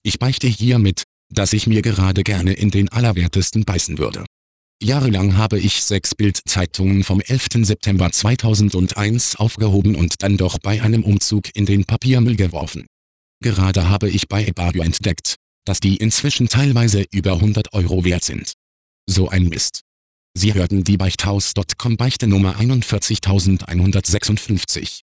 Ich beichte hiermit, dass ich mir gerade gerne in den Allerwertesten beißen würde. Jahrelang habe ich 6 Bild-Zeitungen vom 11. September 2001 aufgehoben und dann doch bei einem Umzug in den Papiermüll geworfen. Gerade habe ich bei eBay entdeckt, dass die inzwischen teilweise über 100 € wert sind. So ein Mist. Sie hörten die Beichthaus.com Beichte Nummer 41156.